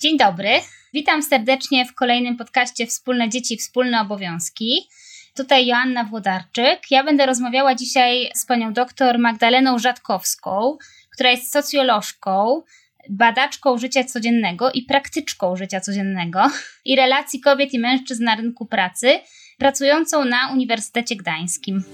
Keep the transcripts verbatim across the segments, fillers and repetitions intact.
Dzień dobry, witam serdecznie w kolejnym podcaście Wspólne Dzieci, Wspólne Obowiązki. Tutaj Joanna Włodarczyk. Ja będę rozmawiała dzisiaj z panią doktor Magdaleną Rzatkowską, która jest socjolożką, badaczką życia codziennego i praktyczką życia codziennego i relacji kobiet i mężczyzn na rynku pracy, pracującą na Uniwersytecie Gdańskim.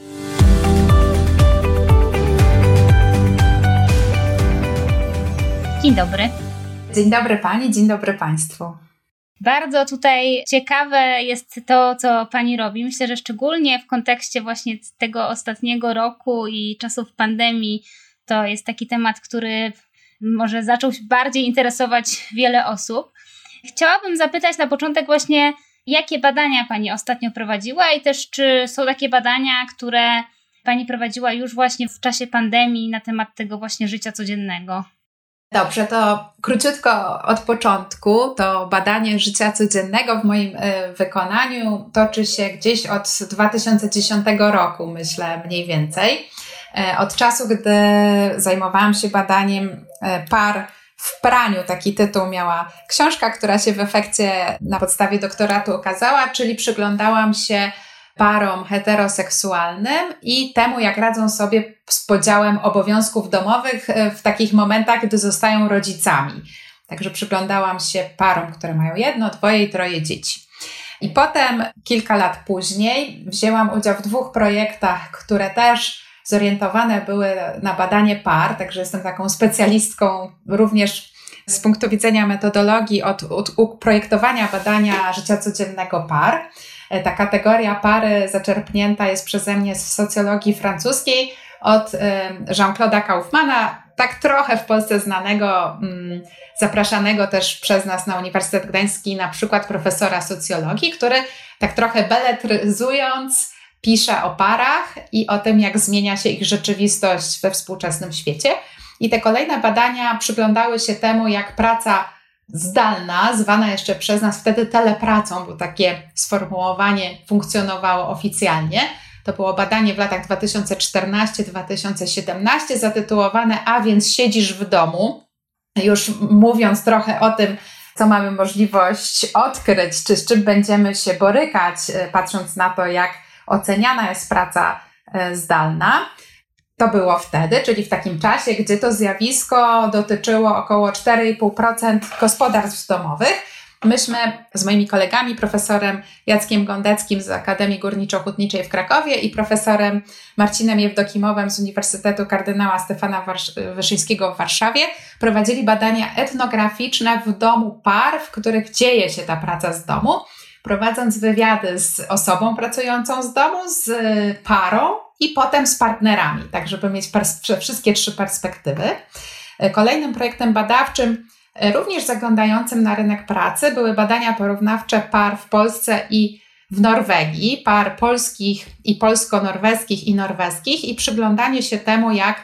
Dzień dobry. Dzień dobry Pani, dzień dobry Państwu. Bardzo tutaj ciekawe jest to, co Pani robi. Myślę, że szczególnie w kontekście właśnie tego ostatniego roku i czasów pandemii to jest taki temat, który może zaczął bardziej interesować wiele osób. Chciałabym zapytać na początek właśnie, jakie badania Pani ostatnio prowadziła i też czy są takie badania, które Pani prowadziła już właśnie w czasie pandemii na temat tego właśnie życia codziennego? Dobrze, to króciutko od początku. To badanie życia codziennego w moim y, wykonaniu toczy się gdzieś od dwa tysiące dziesiątego roku, myślę mniej więcej. Y, od czasu, gdy zajmowałam się badaniem y, par w praniu, taki tytuł miała książka, która się w efekcie na podstawie doktoratu okazała, czyli przyglądałam się parom heteroseksualnym i temu, jak radzą sobie z podziałem obowiązków domowych w takich momentach, gdy zostają rodzicami. Także przyglądałam się parom, które mają jedno, dwoje i troje dzieci. I potem, kilka lat później, wzięłam udział w dwóch projektach, które też zorientowane były na badanie par, także jestem taką specjalistką również z punktu widzenia metodologii od, od projektowania badania życia codziennego par. Ta kategoria pary zaczerpnięta jest przeze mnie z socjologii francuskiej od Jean-Claude'a Kaufmana, tak trochę w Polsce znanego, zapraszanego też przez nas na Uniwersytet Gdański, na przykład profesora socjologii, który tak trochę beletryzując pisze o parach i o tym, jak zmienia się ich rzeczywistość we współczesnym świecie. I te kolejne badania przyglądały się temu, jak praca zdalna, zwana jeszcze przez nas wtedy telepracą, bo takie sformułowanie funkcjonowało oficjalnie. To było badanie w latach dwa tysiące czternastym do dwa tysiące siedemnastego zatytułowane A więc siedzisz w domu. Już mówiąc trochę o tym, co mamy możliwość odkryć, czy z czym będziemy się borykać, patrząc na to, jak oceniana jest praca zdalna. To było wtedy, czyli w takim czasie, gdzie to zjawisko dotyczyło około cztery i pół procent gospodarstw domowych. Myśmy z moimi kolegami, profesorem Jackiem Gondeckim z Akademii Górniczo-Hutniczej w Krakowie i profesorem Marcinem Jewdokimowem z Uniwersytetu Kardynała Stefana Warsz- Wyszyńskiego w Warszawie, prowadzili badania etnograficzne w domu par, w których dzieje się ta praca z domu, prowadząc wywiady z osobą pracującą z domu, z parą i potem z partnerami, tak żeby mieć pers- wszystkie trzy perspektywy. Kolejnym projektem badawczym, również zaglądającym na rynek pracy, były badania porównawcze par w Polsce i w Norwegii, par polskich i polsko-norweskich i norweskich i przyglądanie się temu, jak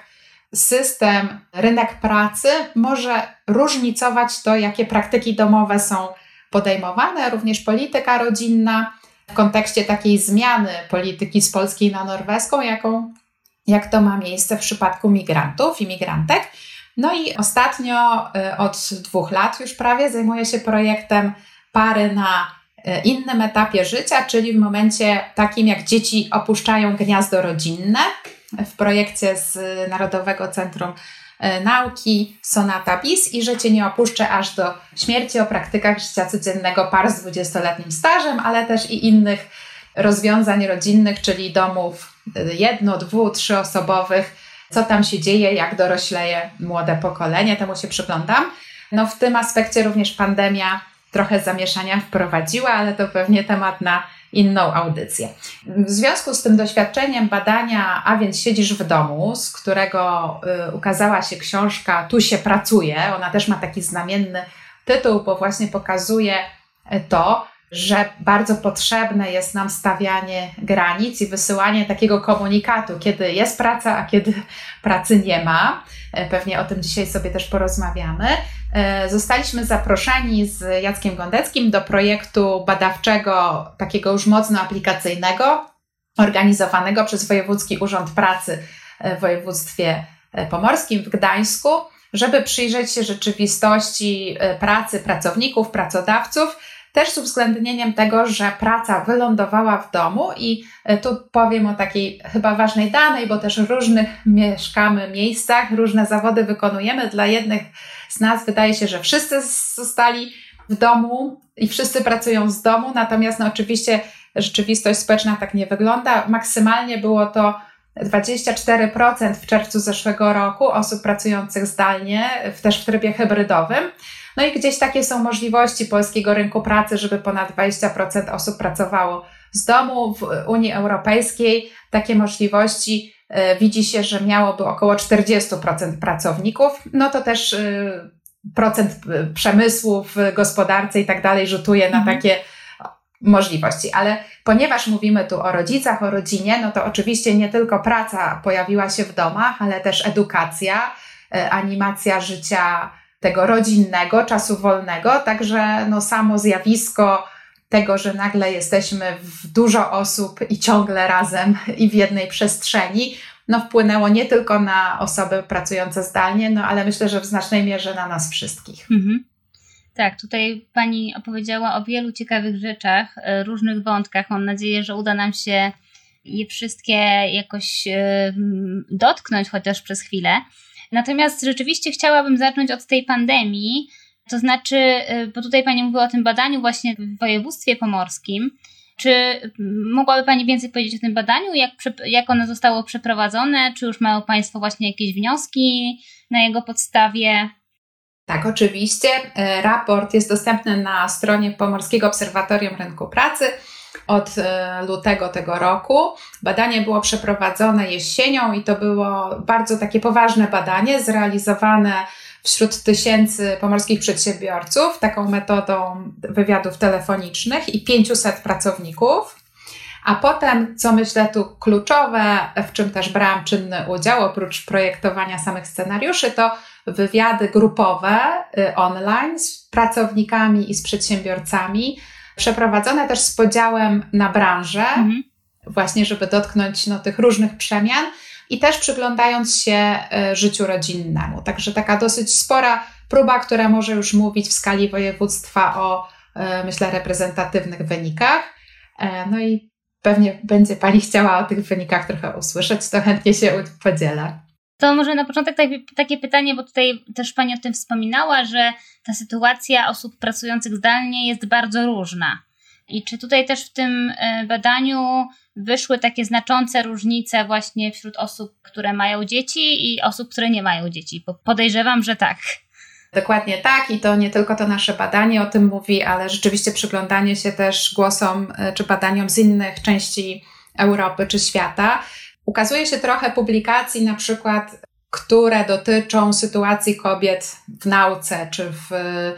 system, rynek pracy może różnicować to, jakie praktyki domowe są podejmowane, również polityka rodzinna w kontekście takiej zmiany polityki z polskiej na norweską, jaką, jak to ma miejsce w przypadku migrantów i migrantek. No i ostatnio od dwóch lat już prawie zajmuję się projektem pary na innym etapie życia, czyli w momencie takim, jak dzieci opuszczają gniazdo rodzinne. W projekcie z Narodowego Centrum Nauki Sonata Bis i Życie nie opuszczę aż do śmierci, o praktykach życia codziennego par z dwudziestoletnim stażem, ale też i innych rozwiązań rodzinnych, czyli domów jedno-, dwu-, trzyosobowych, co tam się dzieje, jak dorośleje młode pokolenie, temu się przyglądam. No w tym aspekcie również pandemia trochę zamieszania wprowadziła, ale to pewnie temat na inną audycję. W związku z tym doświadczeniem badania A więc siedzisz w domu, z którego y, ukazała się książka Tu się pracuje, ona też ma taki znamienny tytuł, bo właśnie pokazuje to, że bardzo potrzebne jest nam stawianie granic i wysyłanie takiego komunikatu, kiedy jest praca, a kiedy pracy nie ma. Pewnie o tym dzisiaj sobie też porozmawiamy. Zostaliśmy zaproszeni z Jackiem Gondeckim do projektu badawczego, takiego już mocno aplikacyjnego, organizowanego przez Wojewódzki Urząd Pracy w województwie pomorskim w Gdańsku, żeby przyjrzeć się rzeczywistości pracy pracowników, pracodawców, też z uwzględnieniem tego, że praca wylądowała w domu i tu powiem o takiej chyba ważnej danej, bo też w różnych mieszkamy miejscach, różne zawody wykonujemy. Dla jednych z nas wydaje się, że wszyscy zostali w domu i wszyscy pracują z domu, natomiast no oczywiście rzeczywistość społeczna tak nie wygląda. Maksymalnie było to dwadzieścia cztery procent w czerwcu zeszłego roku osób pracujących zdalnie, też w trybie hybrydowym. No i gdzieś takie są możliwości polskiego rynku pracy, żeby ponad dwadzieścia procent osób pracowało z domu. W Unii Europejskiej takie możliwości y, widzi się, że miałoby około czterdzieści procent pracowników. No to też y, procent przemysłu w gospodarce i tak dalej rzutuje na mhm. takie możliwości. Ale ponieważ mówimy tu o rodzicach, o rodzinie, no to oczywiście nie tylko praca pojawiła się w domach, ale też edukacja, y, animacja życia tego rodzinnego, czasu wolnego, także no samo zjawisko tego, że nagle jesteśmy w dużo osób i ciągle razem i w jednej przestrzeni, no wpłynęło nie tylko na osoby pracujące zdalnie, no ale myślę, że w znacznej mierze na nas wszystkich. Mhm. Tak, tutaj Pani opowiedziała o wielu ciekawych rzeczach, różnych wątkach. Mam nadzieję, że uda nam się je wszystkie jakoś dotknąć chociaż przez chwilę. Natomiast rzeczywiście chciałabym zacząć od tej pandemii, to znaczy, bo tutaj Pani mówiła o tym badaniu właśnie w województwie pomorskim. Czy mogłaby Pani więcej powiedzieć o tym badaniu, jak, jak ono zostało przeprowadzone, czy już mają Państwo właśnie jakieś wnioski na jego podstawie? Tak, oczywiście. Raport jest dostępny na stronie Pomorskiego Obserwatorium Rynku Pracy od lutego tego roku. Badanie było przeprowadzone jesienią i to było bardzo takie poważne badanie, zrealizowane wśród tysięcy pomorskich przedsiębiorców, taką metodą wywiadów telefonicznych i pięciuset pracowników. A potem, co myślę tu kluczowe, w czym też brałam czynny udział, oprócz projektowania samych scenariuszy, to wywiady grupowe online z pracownikami i z przedsiębiorcami, przeprowadzone też z podziałem na branże, mhm. właśnie żeby dotknąć no, tych różnych przemian i też przyglądając się y, życiu rodzinnemu. Także taka dosyć spora próba, która może już mówić w skali województwa o, y, myślę, reprezentatywnych wynikach. Y, no i pewnie będzie Pani chciała o tych wynikach trochę usłyszeć, to chętnie się podzielę. To może na początek takie pytanie, bo tutaj też Pani o tym wspominała, że ta sytuacja osób pracujących zdalnie jest bardzo różna. I czy tutaj też w tym badaniu wyszły takie znaczące różnice właśnie wśród osób, które mają dzieci i osób, które nie mają dzieci? Bo podejrzewam, że tak. Dokładnie tak i to nie tylko to nasze badanie o tym mówi, ale rzeczywiście przyglądanie się też głosom czy badaniom z innych części Europy czy świata. Ukazuje się trochę publikacji, na przykład, które dotyczą sytuacji kobiet w nauce, czy w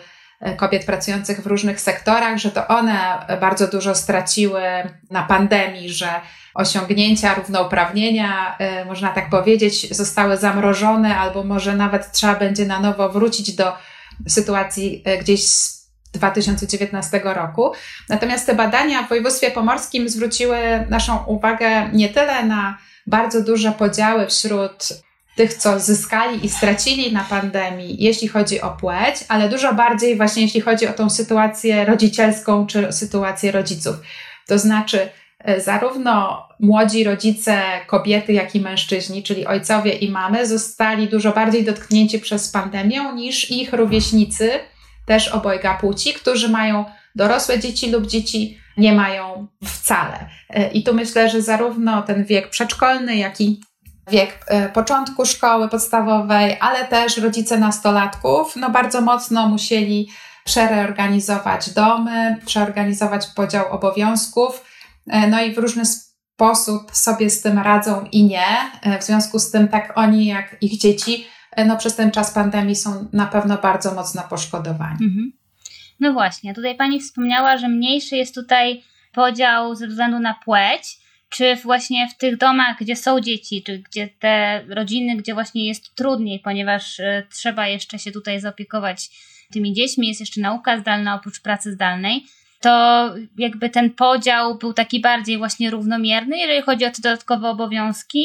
kobiet pracujących w różnych sektorach, że to one bardzo dużo straciły na pandemii, że osiągnięcia równouprawnienia, można tak powiedzieć, zostały zamrożone, albo może nawet trzeba będzie na nowo wrócić do sytuacji gdzieś z dwa tysiące dziewiętnastego roku. Natomiast te badania w województwie pomorskim zwróciły naszą uwagę nie tyle na bardzo duże podziały wśród tych, co zyskali i stracili na pandemii, jeśli chodzi o płeć, ale dużo bardziej właśnie jeśli chodzi o tą sytuację rodzicielską czy sytuację rodziców. To znaczy zarówno młodzi rodzice, kobiety, jak i mężczyźni, czyli ojcowie i mamy, zostali dużo bardziej dotknięci przez pandemię niż ich rówieśnicy, też obojga płci, którzy mają dorosłe dzieci lub dzieci nie mają wcale. I tu myślę, że zarówno ten wiek przedszkolny, jak i wiek początku szkoły podstawowej, ale też rodzice nastolatków, no bardzo mocno musieli przereorganizować domy, przeorganizować podział obowiązków, no i w różny sposób sobie z tym radzą i nie. W związku z tym tak oni, jak ich dzieci, no przez ten czas pandemii są na pewno bardzo mocno poszkodowani. Mhm. No właśnie, tutaj Pani wspomniała, że mniejszy jest tutaj podział ze względu na płeć. Czy właśnie w tych domach, gdzie są dzieci, czy gdzie te rodziny, gdzie właśnie jest trudniej, ponieważ y, trzeba jeszcze się tutaj zaopiekować tymi dziećmi, jest jeszcze nauka zdalna oprócz pracy zdalnej, to jakby ten podział był taki bardziej właśnie równomierny, jeżeli chodzi o te dodatkowe obowiązki,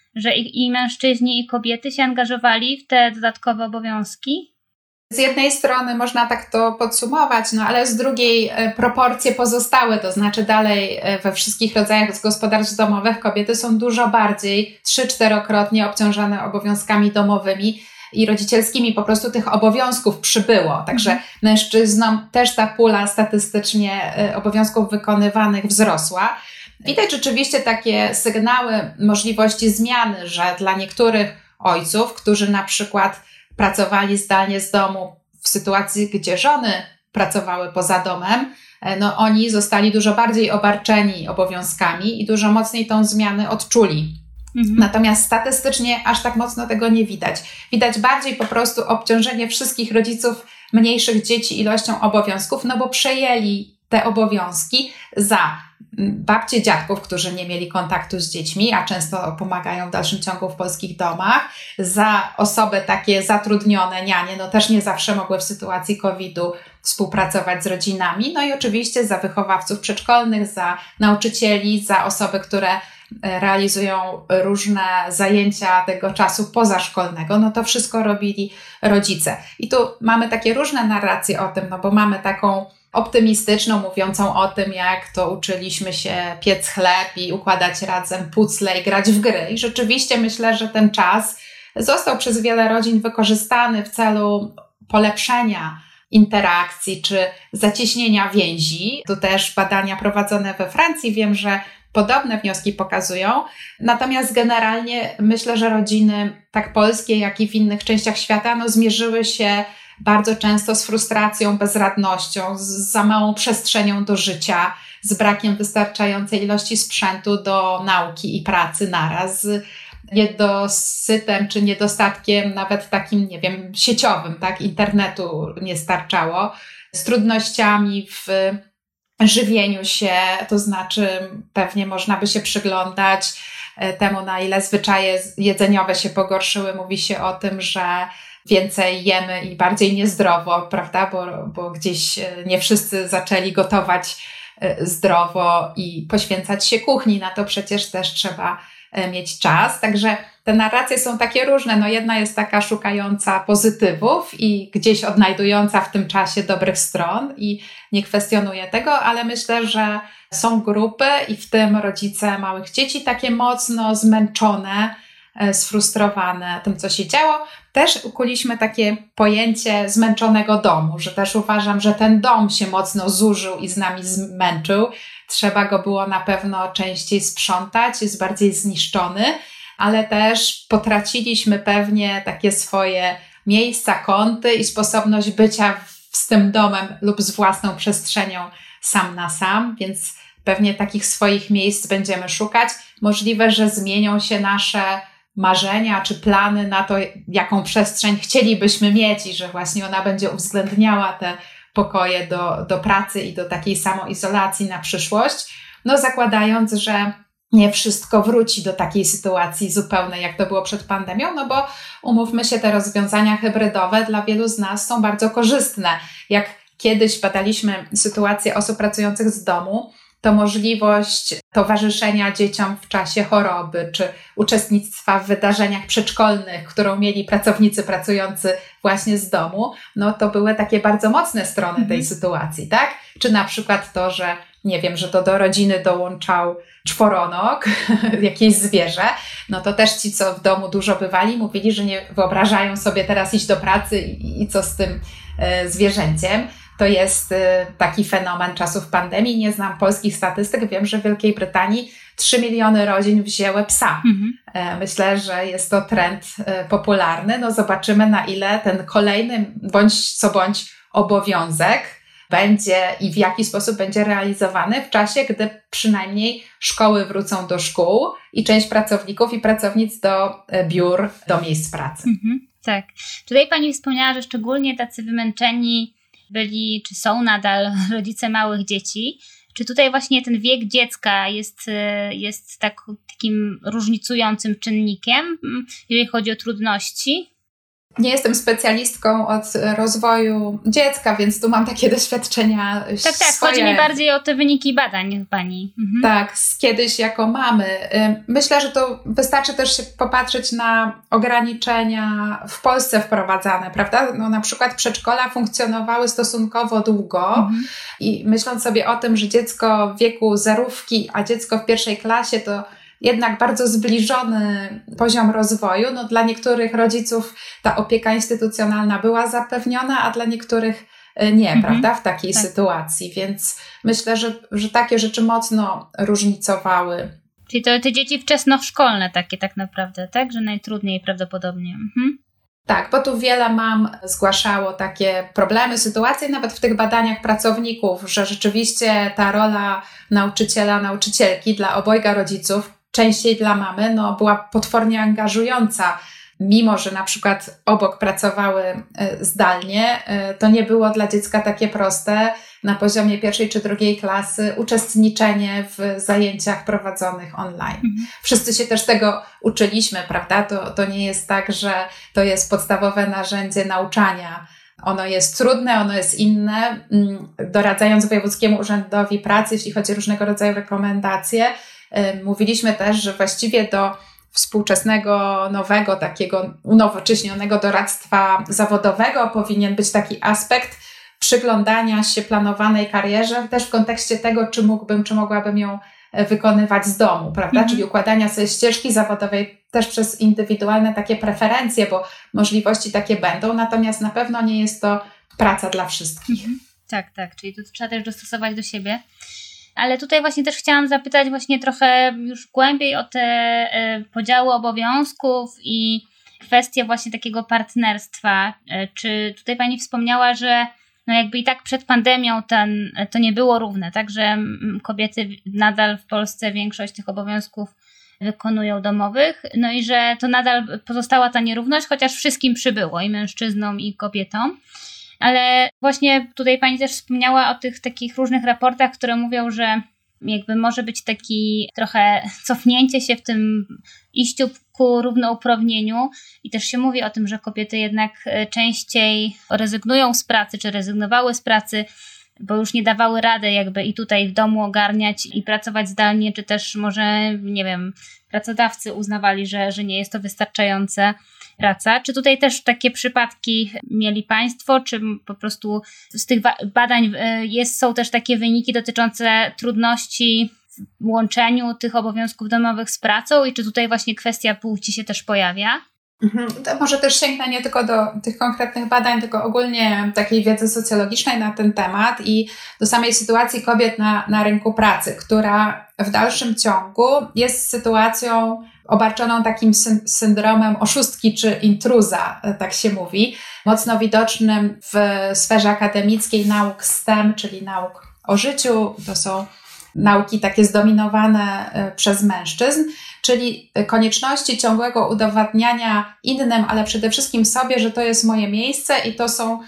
że i, i mężczyźni, i kobiety się angażowali w te dodatkowe obowiązki? Z jednej strony można tak to podsumować, no ale z drugiej proporcje pozostały, to znaczy dalej we wszystkich rodzajach gospodarstw domowych kobiety są dużo bardziej, trzy, czterokrotnie obciążane obowiązkami domowymi i rodzicielskimi, po prostu tych obowiązków przybyło. Także mhm. mężczyznom też ta pula statystycznie obowiązków wykonywanych wzrosła. Widać rzeczywiście takie sygnały możliwości zmiany, że dla niektórych ojców, którzy na przykład pracowali zdalnie z domu w sytuacji, gdzie żony pracowały poza domem, no oni zostali dużo bardziej obarczeni obowiązkami i dużo mocniej tą zmianę odczuli. Mhm. Natomiast statystycznie aż tak mocno tego nie widać. Widać bardziej po prostu obciążenie wszystkich rodziców mniejszych dzieci ilością obowiązków, no bo przejęli te obowiązki za babcie, dziadków, którzy nie mieli kontaktu z dziećmi, a często pomagają w dalszym ciągu w polskich domach, za osoby takie zatrudnione, nianie, no też nie zawsze mogły w sytuacji kowida współpracować z rodzinami, no i oczywiście za wychowawców przedszkolnych, za nauczycieli, za osoby, które realizują różne zajęcia tego czasu pozaszkolnego, no to wszystko robili rodzice. I tu mamy takie różne narracje o tym, no bo mamy taką optymistyczną, mówiącą o tym, jak to uczyliśmy się piec chleb i układać razem puzzle i grać w gry. I rzeczywiście myślę, że ten czas został przez wiele rodzin wykorzystany w celu polepszenia interakcji czy zacieśnienia więzi. Tu też badania prowadzone we Francji, wiem, że podobne wnioski pokazują. Natomiast generalnie myślę, że rodziny tak polskie, jak i w innych częściach świata, no zmierzyły się bardzo często z frustracją, bezradnością, z za małą przestrzenią do życia, z brakiem wystarczającej ilości sprzętu do nauki i pracy naraz, z niedosytem czy niedostatkiem nawet takim, nie wiem, sieciowym, tak, internetu nie starczało, z trudnościami w żywieniu się, to znaczy pewnie można by się przyglądać temu, na ile zwyczaje jedzeniowe się pogorszyły. Mówi się o tym, że więcej jemy i bardziej niezdrowo, prawda, bo, bo gdzieś nie wszyscy zaczęli gotować zdrowo i poświęcać się kuchni. Na to przecież też trzeba mieć czas. Także te narracje są takie różne. No jedna jest taka szukająca pozytywów i gdzieś odnajdująca w tym czasie dobrych stron i nie kwestionuje tego, ale myślę, że są grupy i w tym rodzice małych dzieci takie mocno zmęczone, sfrustrowane tym, co się działo. Też ukuliśmy takie pojęcie zmęczonego domu, że też uważam, że ten dom się mocno zużył i z nami zmęczył. Trzeba go było na pewno częściej sprzątać, jest bardziej zniszczony, ale też potraciliśmy pewnie takie swoje miejsca, kąty i sposobność bycia z tym domem lub z własną przestrzenią sam na sam, więc pewnie takich swoich miejsc będziemy szukać. Możliwe, że zmienią się nasze marzenia czy plany na to, jaką przestrzeń chcielibyśmy mieć i że właśnie ona będzie uwzględniała te pokoje do, do pracy i do takiej samoizolacji na przyszłość, no zakładając, że nie wszystko wróci do takiej sytuacji zupełnej, jak to było przed pandemią, no bo umówmy się, te rozwiązania hybrydowe dla wielu z nas są bardzo korzystne. Jak kiedyś badaliśmy sytuację osób pracujących z domu, to możliwość towarzyszenia dzieciom w czasie choroby, czy uczestnictwa w wydarzeniach przedszkolnych, którą mieli pracownicy pracujący właśnie z domu, no to były takie bardzo mocne strony mm. tej sytuacji, tak? Czy na przykład to, że nie wiem, że to do rodziny dołączał czworonog, jakieś zwierzę, no to też ci, co w domu dużo bywali, mówili, że nie wyobrażają sobie teraz iść do pracy i, i co z tym e, zwierzęciem. To jest taki fenomen czasów pandemii. Nie znam polskich statystyk. Wiem, że w Wielkiej Brytanii trzy miliony rodzin wzięły psa. Mhm. Myślę, że jest to trend popularny. No zobaczymy, na ile ten kolejny bądź co bądź obowiązek będzie i w jaki sposób będzie realizowany w czasie, gdy przynajmniej szkoły wrócą do szkół i część pracowników i pracownic do biur, do miejsc pracy. Mhm, tak. Tutaj Pani wspomniała, że szczególnie tacy wymęczeni byli, czy są nadal rodzice małych dzieci. Czy tutaj właśnie ten wiek dziecka jest, jest tak, takim różnicującym czynnikiem, jeżeli chodzi o trudności? nie jestem specjalistką od rozwoju dziecka, więc tu mam takie doświadczenia Tak, tak, swoje. chodzi mi bardziej o te wyniki badań pani. Mhm. Tak, z kiedyś jako mamy. Myślę, że to wystarczy też się popatrzeć na ograniczenia w Polsce wprowadzane, prawda? No, na przykład przedszkola funkcjonowały stosunkowo długo mhm. i myśląc sobie o tym, że dziecko w wieku zerówki, a dziecko w pierwszej klasie to jednak bardzo zbliżony poziom rozwoju. No, dla niektórych rodziców ta opieka instytucjonalna była zapewniona, a dla niektórych nie, mhm. prawda, w takiej tak. sytuacji. Więc myślę, że, że takie rzeczy mocno różnicowały. Czyli to te dzieci wczesnoszkolne takie tak naprawdę, tak? Że najtrudniej prawdopodobnie. Mhm. Tak, bo tu wiele mam zgłaszało takie problemy, sytuacje, nawet w tych badaniach pracowników, że rzeczywiście ta rola nauczyciela, nauczycielki dla obojga rodziców, częściej dla mamy, no, była potwornie angażująca. Mimo że na przykład obok pracowały zdalnie, to nie było dla dziecka takie proste na poziomie pierwszej czy drugiej klasy uczestniczenie w zajęciach prowadzonych online. Mhm. Wszyscy się też tego uczyliśmy, prawda? To, to nie jest tak, że to jest podstawowe narzędzie nauczania. Ono jest trudne, ono jest inne. Doradzając Wojewódzkiemu Urzędowi Pracy, jeśli chodzi o różnego rodzaju rekomendacje, mówiliśmy też, że właściwie do współczesnego, nowego, takiego unowocześnionego doradztwa zawodowego powinien być taki aspekt przyglądania się planowanej karierze, też w kontekście tego, czy mógłbym, czy mogłabym ją wykonywać z domu, prawda? Mhm. Czyli układania sobie ścieżki zawodowej też przez indywidualne takie preferencje, bo możliwości takie będą, natomiast na pewno nie jest to praca dla wszystkich. Mhm. Tak, tak, czyli to trzeba też dostosować do siebie. Ale tutaj właśnie też chciałam zapytać właśnie trochę już głębiej o te y, podziały obowiązków i kwestie właśnie takiego partnerstwa. Y, czy tutaj pani wspomniała, że no jakby i tak przed pandemią ten, to nie było równe, tak, że kobiety nadal w Polsce większość tych obowiązków wykonują domowych, no i że to nadal pozostała ta nierówność, chociaż wszystkim przybyło, i mężczyznom, i kobietom. Ale właśnie tutaj pani też wspomniała o tych takich różnych raportach, które mówią, że jakby może być taki trochę cofnięcie się w tym iściu ku równouprawnieniu i też się mówi o tym, że kobiety jednak częściej rezygnują z pracy, czy rezygnowały z pracy, bo już nie dawały rady jakby i tutaj w domu ogarniać i pracować zdalnie, czy też może, nie wiem, pracodawcy uznawali, że, że nie jest to wystarczające praca. Czy tutaj też takie przypadki mieli państwo, czy po prostu z tych badań jest, są też takie wyniki dotyczące trudności w łączeniu tych obowiązków domowych z pracą i czy tutaj właśnie kwestia płci się też pojawia? Mhm. To może też sięgnę nie tylko do tych konkretnych badań, tylko ogólnie takiej wiedzy socjologicznej na ten temat i do samej sytuacji kobiet na, na rynku pracy, która w dalszym ciągu jest sytuacją obarczoną takim syndromem oszustki czy intruza, tak się mówi, mocno widocznym w sferze akademickiej nauk S T E M, czyli nauk o życiu. To są nauki takie zdominowane przez mężczyzn, czyli konieczności ciągłego udowadniania innym, ale przede wszystkim sobie, że to jest moje miejsce i to są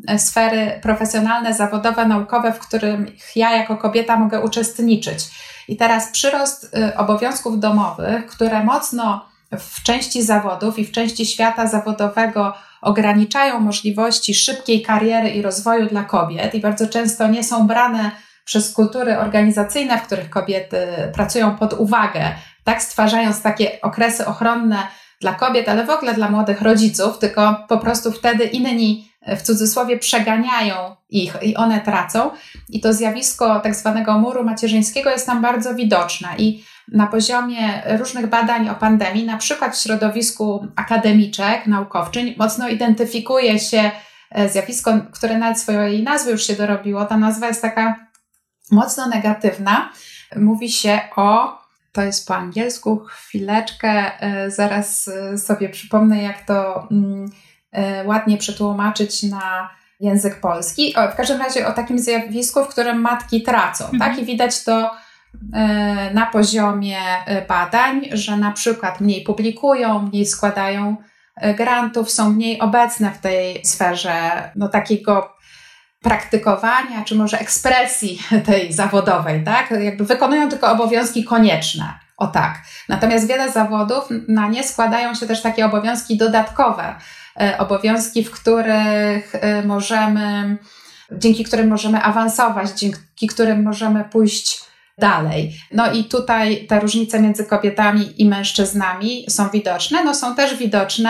sfery profesjonalne, zawodowe, naukowe, w których ja jako kobieta mogę uczestniczyć. I teraz przyrost obowiązków domowych, które mocno w części zawodów i w części świata zawodowego ograniczają możliwości szybkiej kariery i rozwoju dla kobiet i bardzo często nie są brane przez kultury organizacyjne, w których kobiety pracują pod uwagę, tak stwarzając takie okresy ochronne dla kobiet, ale w ogóle dla młodych rodziców, tylko po prostu wtedy inni w cudzysłowie przeganiają ich i one tracą. I to zjawisko tak zwanego muru macierzyńskiego jest tam bardzo widoczne i na poziomie różnych badań o pandemii, na przykład w środowisku akademiczek, naukowczyń, mocno identyfikuje się zjawisko, które nawet swojej nazwy już się dorobiło. Ta nazwa jest taka mocno negatywna. Mówi się o, to jest po angielsku, chwileczkę, zaraz sobie przypomnę, jak to ładnie przetłumaczyć na język polski. O, w każdym razie o takim zjawisku, w którym matki tracą, mhm. tak? I widać to na poziomie badań, że na przykład mniej publikują, mniej składają grantów, są mniej obecne w tej sferze no, takiego praktykowania, czy może ekspresji tej zawodowej, tak? Jakby wykonują tylko obowiązki konieczne. O tak. Natomiast wiele zawodów, na nie składają się też takie obowiązki dodatkowe. Obowiązki, w których możemy, dzięki którym możemy awansować, dzięki którym możemy pójść dalej. No i tutaj te różnice między kobietami i mężczyznami są widoczne. No są też widoczne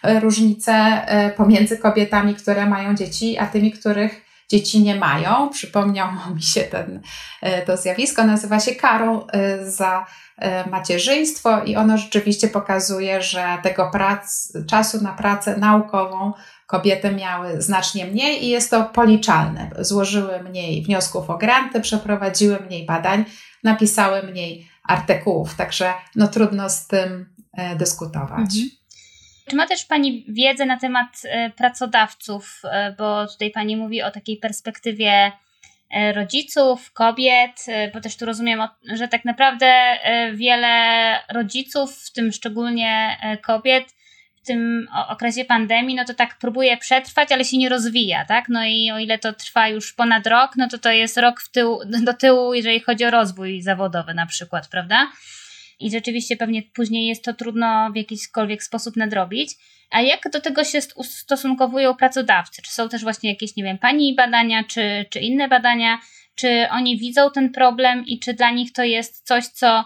różnice pomiędzy kobietami, które mają dzieci, a tymi, których dzieci nie mają. Przypomniało mi się ten, to zjawisko, nazywa się karą za macierzyństwo i ono rzeczywiście pokazuje, że tego prac, czasu na pracę naukową kobiety miały znacznie mniej i jest to policzalne. Złożyły mniej wniosków o granty, przeprowadziły mniej badań, napisały mniej artykułów, także no trudno z tym dyskutować. Mhm. Czy ma też Pani wiedzę na temat pracodawców, bo tutaj Pani mówi o takiej perspektywie rodziców, kobiet, bo też tu rozumiem, że tak naprawdę wiele rodziców, w tym szczególnie kobiet, w tym okresie pandemii, no to tak próbuje przetrwać, ale się nie rozwija, tak? No i o ile to trwa już ponad rok, no to to jest rok w tył, do tyłu, jeżeli chodzi o rozwój zawodowy na przykład, prawda? I rzeczywiście pewnie później jest to trudno w jakikolwiek sposób nadrobić. A jak do tego się ustosunkowują pracodawcy? Czy są też właśnie jakieś, nie wiem, Pani badania, czy, czy inne badania? Czy oni widzą ten problem i czy dla nich to jest coś, co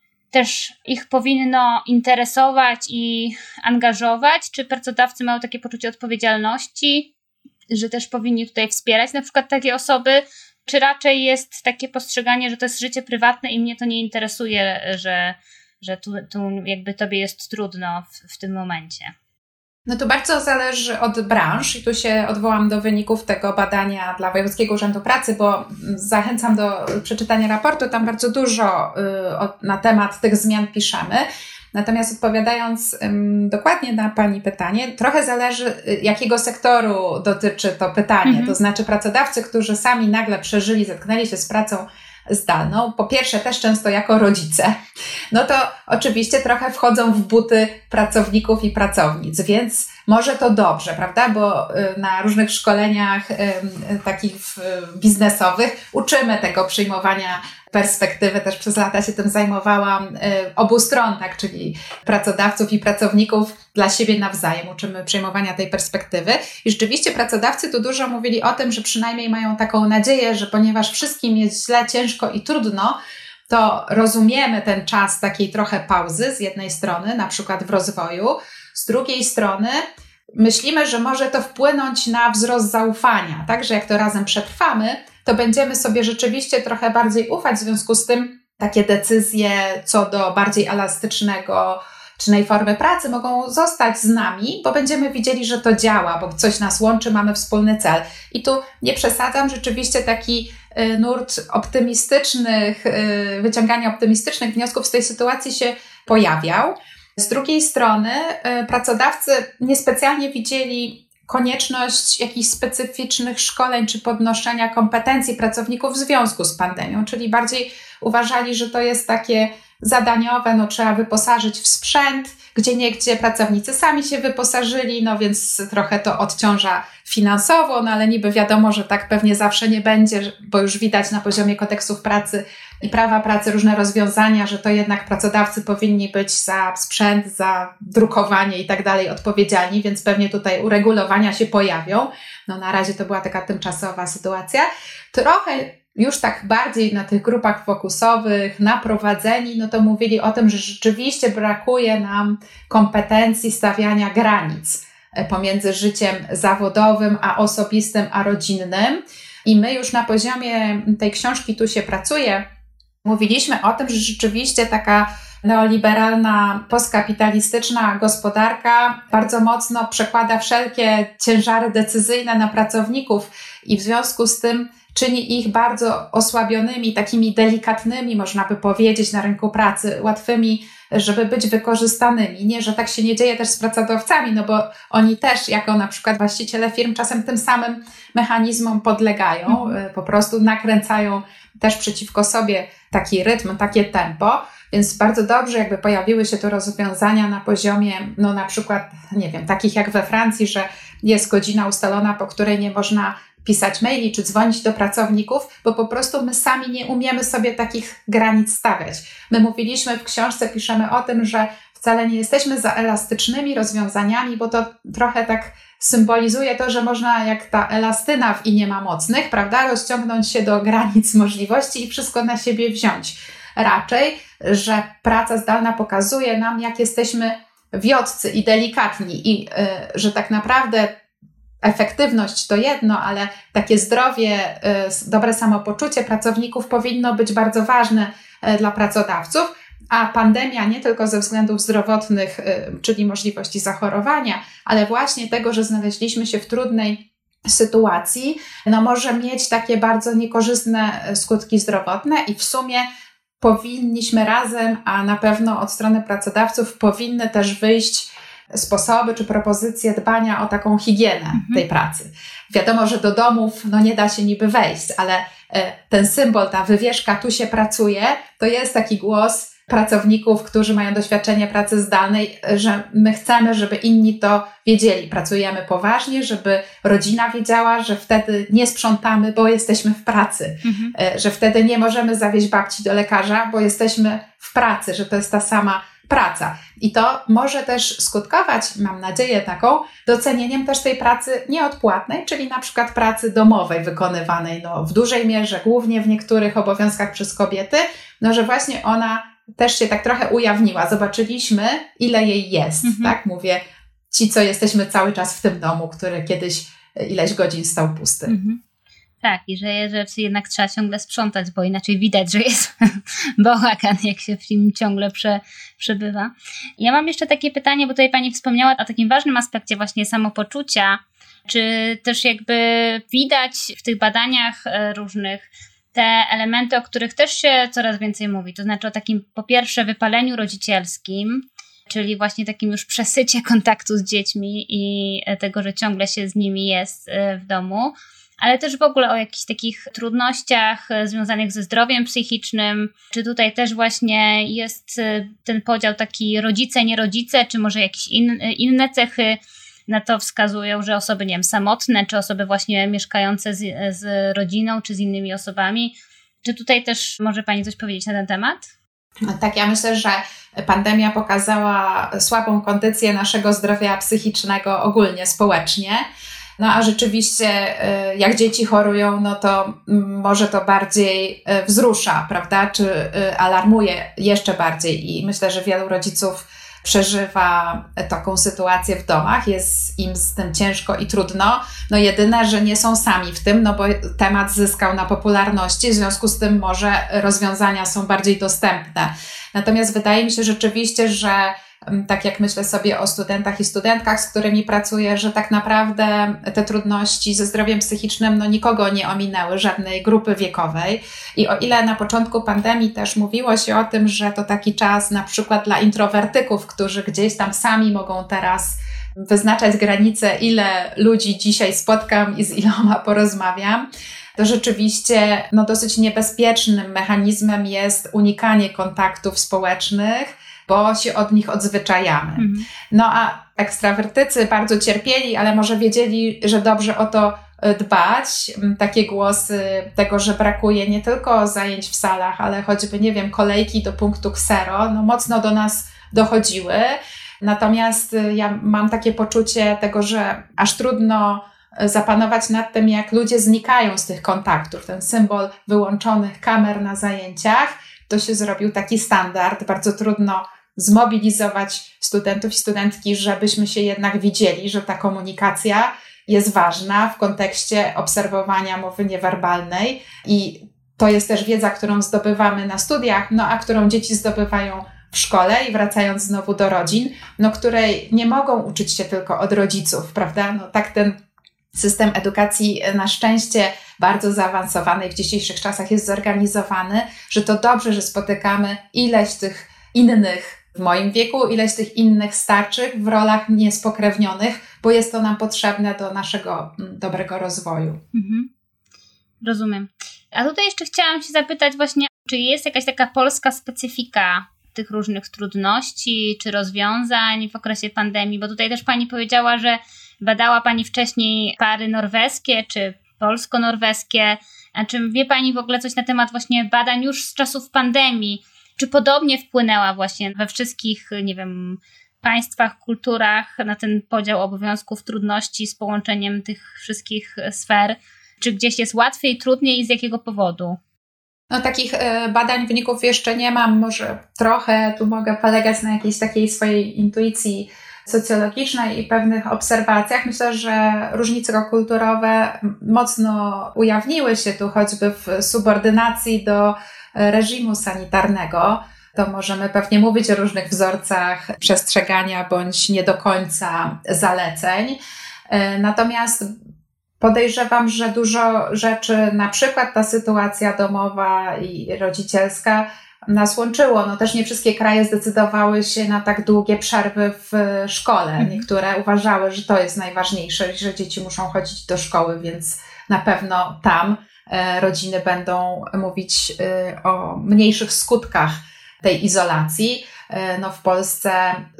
też ich powinno interesować i angażować? Czy pracodawcy mają takie poczucie odpowiedzialności, że też powinni tutaj wspierać na przykład takie osoby? Czy raczej jest takie postrzeganie, że to jest życie prywatne i mnie to nie interesuje, że, że tu, tu jakby tobie jest trudno w, w tym momencie? No to bardzo zależy od branż i tu się odwołam do wyników tego badania dla Wojewódzkiego Urzędu Pracy, bo zachęcam do przeczytania raportu, tam bardzo dużo y, na temat tych zmian piszemy. Natomiast odpowiadając ym, dokładnie na Pani pytanie, trochę zależy, jakiego sektoru dotyczy to pytanie. Mhm. To znaczy pracodawcy, którzy sami nagle przeżyli, zetknęli się z pracą zdalną, po pierwsze też często jako rodzice, no to oczywiście trochę wchodzą w buty pracowników i pracownic, więc może to dobrze, prawda, bo na różnych szkoleniach y, takich biznesowych uczymy tego przyjmowania perspektywy, też przez lata się tym zajmowałam, y, obu stron, tak, czyli pracodawców i pracowników dla siebie nawzajem, uczymy przyjmowania tej perspektywy i rzeczywiście pracodawcy tu dużo mówili o tym, że przynajmniej mają taką nadzieję, że ponieważ wszystkim jest źle, ciężko i trudno, to rozumiemy ten czas takiej trochę pauzy z jednej strony, na przykład w rozwoju, z drugiej strony myślimy, że może to wpłynąć na wzrost zaufania, tak, że jak to razem przetrwamy, to będziemy sobie rzeczywiście trochę bardziej ufać, w związku z tym takie decyzje co do bardziej elastycznego czynnej formy pracy mogą zostać z nami, bo będziemy widzieli, że to działa, bo coś nas łączy, mamy wspólny cel. I tu nie przesadzam, rzeczywiście taki y, nurt optymistycznych, y, wyciągania optymistycznych wniosków z tej sytuacji się pojawiał. Z drugiej strony y, pracodawcy niespecjalnie widzieli konieczność jakichś specyficznych szkoleń czy podnoszenia kompetencji pracowników w związku z pandemią, czyli bardziej uważali, że to jest takie zadaniowe, no trzeba wyposażyć w sprzęt, gdzie niegdzie pracownicy sami się wyposażyli, no więc trochę to odciąża finansowo, no ale niby wiadomo, że tak pewnie zawsze nie będzie, bo już widać na poziomie kodeksów pracy i prawa pracy różne rozwiązania, że to jednak pracodawcy powinni być za sprzęt, za drukowanie i tak dalej odpowiedzialni, więc pewnie tutaj uregulowania się pojawią. No na razie to była taka tymczasowa sytuacja. Trochę już tak bardziej na tych grupach fokusowych, naprowadzeni, no to mówili o tym, że rzeczywiście brakuje nam kompetencji stawiania granic pomiędzy życiem zawodowym, a osobistym, a rodzinnym. I my już na poziomie tej książki Tu się pracuje, mówiliśmy o tym, że rzeczywiście taka neoliberalna, postkapitalistyczna gospodarka bardzo mocno przekłada wszelkie ciężary decyzyjne na pracowników i w związku z tym czyni ich bardzo osłabionymi, takimi delikatnymi, można by powiedzieć, na rynku pracy, łatwymi, żeby być wykorzystanymi. Nie, że tak się nie dzieje też z pracodawcami, no bo oni też, jako na przykład właściciele firm, czasem tym samym mechanizmom podlegają, mm. po prostu nakręcają też przeciwko sobie taki rytm, takie tempo, więc bardzo dobrze jakby pojawiły się tu rozwiązania na poziomie, no na przykład, nie wiem, takich jak we Francji, że jest godzina ustalona, po której nie można pisać maili czy dzwonić do pracowników, bo po prostu my sami nie umiemy sobie takich granic stawiać. My mówiliśmy w książce, piszemy o tym, że wcale nie jesteśmy za elastycznymi rozwiązaniami, bo to trochę tak symbolizuje to, że można jak ta elastyna w I nie ma mocnych, prawda, rozciągnąć się do granic możliwości i wszystko na siebie wziąć. Raczej, że praca zdalna pokazuje nam, jak jesteśmy wiotcy i delikatni i yy, że tak naprawdę efektywność to jedno, ale takie zdrowie, yy, dobre samopoczucie pracowników powinno być bardzo ważne yy, dla pracodawców, a pandemia nie tylko ze względów zdrowotnych, yy, czyli możliwości zachorowania, ale właśnie tego, że znaleźliśmy się w trudnej sytuacji, no może mieć takie bardzo niekorzystne skutki zdrowotne i w sumie powinniśmy razem, a na pewno od strony pracodawców powinny też wyjść sposoby czy propozycje dbania o taką higienę mhm. tej pracy. Wiadomo, że do domów no nie da się niby wejść, ale ten symbol, ta wywieszka tu się pracuje, to jest taki głos pracowników, którzy mają doświadczenie pracy zdalnej, że my chcemy, żeby inni to wiedzieli. Pracujemy poważnie, żeby rodzina wiedziała, że wtedy nie sprzątamy, bo jesteśmy w pracy, mhm. że wtedy nie możemy zawieźć babci do lekarza, bo jesteśmy w pracy, że to jest ta sama praca. I to może też skutkować, mam nadzieję taką, docenieniem też tej pracy nieodpłatnej, czyli na przykład pracy domowej wykonywanej no, w dużej mierze, głównie w niektórych obowiązkach przez kobiety, no że właśnie ona też się tak trochę ujawniła. Zobaczyliśmy, ile jej jest, mhm. tak? Mówię, ci, co jesteśmy cały czas w tym domu, który kiedyś ileś godzin stał pusty. Mhm. Tak, i że rzeczy jednak trzeba ciągle sprzątać, bo inaczej widać, że jest bałagan, jak się w nim ciągle prze, przebywa. Ja mam jeszcze takie pytanie, bo tutaj Pani wspomniała o takim ważnym aspekcie właśnie samopoczucia. Czy też jakby widać w tych badaniach różnych te elementy, o których też się coraz więcej mówi, to znaczy o takim po pierwsze wypaleniu rodzicielskim, czyli właśnie takim już przesycie kontaktu z dziećmi i tego, że ciągle się z nimi jest w domu, ale też w ogóle o jakichś takich trudnościach związanych ze zdrowiem psychicznym, czy tutaj też właśnie jest ten podział taki rodzice, nie rodzice, czy może jakieś in, inne cechy na to wskazują, że osoby, nie wiem, samotne, czy osoby właśnie mieszkające z, z rodziną, czy z innymi osobami. Czy tutaj też może Pani coś powiedzieć na ten temat? No tak, ja myślę, że pandemia pokazała słabą kondycję naszego zdrowia psychicznego ogólnie, społecznie. No a rzeczywiście jak dzieci chorują, no to może to bardziej wzrusza, prawda, czy alarmuje jeszcze bardziej i myślę, że wielu rodziców przeżywa taką sytuację w domach, jest im z tym ciężko i trudno. No jedyne, że nie są sami w tym, no bo temat zyskał na popularności, w związku z tym może rozwiązania są bardziej dostępne. Natomiast wydaje mi się rzeczywiście, że tak jak myślę sobie o studentach i studentkach, z którymi pracuję, że tak naprawdę te trudności ze zdrowiem psychicznym no nikogo nie ominęły, żadnej grupy wiekowej. I o ile na początku pandemii też mówiło się o tym, że to taki czas na przykład dla introwertyków, którzy gdzieś tam sami mogą teraz wyznaczać granice, ile ludzi dzisiaj spotkam i z iloma porozmawiam, to rzeczywiście no, dosyć niebezpiecznym mechanizmem jest unikanie kontaktów społecznych, bo się od nich odzwyczajamy. Mhm. No a ekstrawertycy bardzo cierpieli, ale może wiedzieli, że dobrze o to dbać. Takie głosy tego, że brakuje nie tylko zajęć w salach, ale choćby, nie wiem, kolejki do punktu ksero, no mocno do nas dochodziły. Natomiast ja mam takie poczucie tego, że aż trudno zapanować nad tym, jak ludzie znikają z tych kontaktów. Ten symbol wyłączonych kamer na zajęciach, to się zrobił taki standard. Bardzo trudno zmobilizować studentów i studentki, żebyśmy się jednak widzieli, że ta komunikacja jest ważna w kontekście obserwowania mowy niewerbalnej i to jest też wiedza, którą zdobywamy na studiach, no a którą dzieci zdobywają w szkole i wracając znowu do rodzin, no której nie mogą uczyć się tylko od rodziców, prawda? No tak ten system edukacji na szczęście bardzo zaawansowany w dzisiejszych czasach jest zorganizowany, że to dobrze, że spotykamy ileś tych innych w moim wieku, ileś tych innych starszych w rolach niespokrewnionych, bo jest to nam potrzebne do naszego dobrego rozwoju. Mhm. Rozumiem. A tutaj jeszcze chciałam się zapytać właśnie, czy jest jakaś taka polska specyfika tych różnych trudności czy rozwiązań w okresie pandemii, bo tutaj też Pani powiedziała, że badała Pani wcześniej pary norweskie czy polsko-norweskie. A czy wie Pani w ogóle coś na temat właśnie badań już z czasów pandemii? Czy podobnie wpłynęła właśnie we wszystkich, nie wiem, państwach, kulturach na ten podział obowiązków, trudności z połączeniem tych wszystkich sfer? Czy gdzieś jest łatwiej, trudniej i z jakiego powodu? No takich badań, wyników jeszcze nie mam. Może trochę tu mogę polegać na jakiejś takiej swojej intuicji socjologicznej i pewnych obserwacjach. Myślę, że różnice kulturowe mocno ujawniły się tu choćby w subordynacji do reżimu sanitarnego. To możemy pewnie mówić o różnych wzorcach przestrzegania bądź nie do końca zaleceń. Natomiast podejrzewam, że dużo rzeczy, na przykład ta sytuacja domowa i rodzicielska, nas łączyło. No też nie wszystkie kraje zdecydowały się na tak długie przerwy w szkole. Niektóre uważały, że to jest najważniejsze, że dzieci muszą chodzić do szkoły, więc na pewno tam rodziny będą mówić o mniejszych skutkach tej izolacji. No w Polsce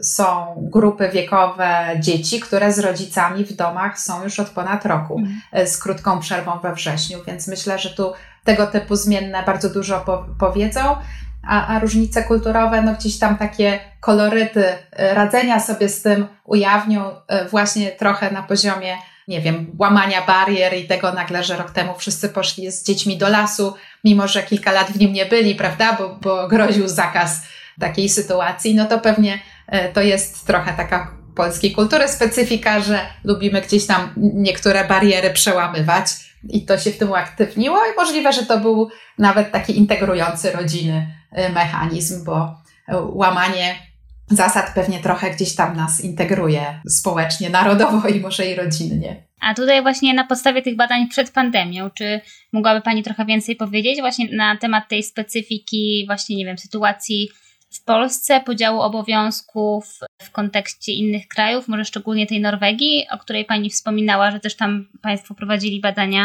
są grupy wiekowe dzieci, które z rodzicami w domach są już od ponad roku, mm. z krótką przerwą we wrześniu, więc myślę, że tu tego typu zmienne bardzo dużo po- powiedzą, a, a różnice kulturowe, no gdzieś tam takie koloryty radzenia sobie z tym ujawnią właśnie trochę na poziomie, nie wiem, łamania barier i tego nagle, że rok temu wszyscy poszli z dziećmi do lasu, mimo że kilka lat w nim nie byli, prawda, bo, bo groził zakaz takiej sytuacji, no to pewnie to jest trochę taka polskiej kultury specyfika, że lubimy gdzieś tam niektóre bariery przełamywać i to się w tym uaktywniło i możliwe, że to był nawet taki integrujący rodziny mechanizm, bo łamanie zasad pewnie trochę gdzieś tam nas integruje społecznie, narodowo i może i rodzinnie. A tutaj właśnie na podstawie tych badań przed pandemią, czy mogłaby Pani trochę więcej powiedzieć właśnie na temat tej specyfiki właśnie, nie wiem, sytuacji w Polsce, podziału obowiązków w kontekście innych krajów, może szczególnie tej Norwegii, o której Pani wspominała, że też tam Państwo prowadzili badania?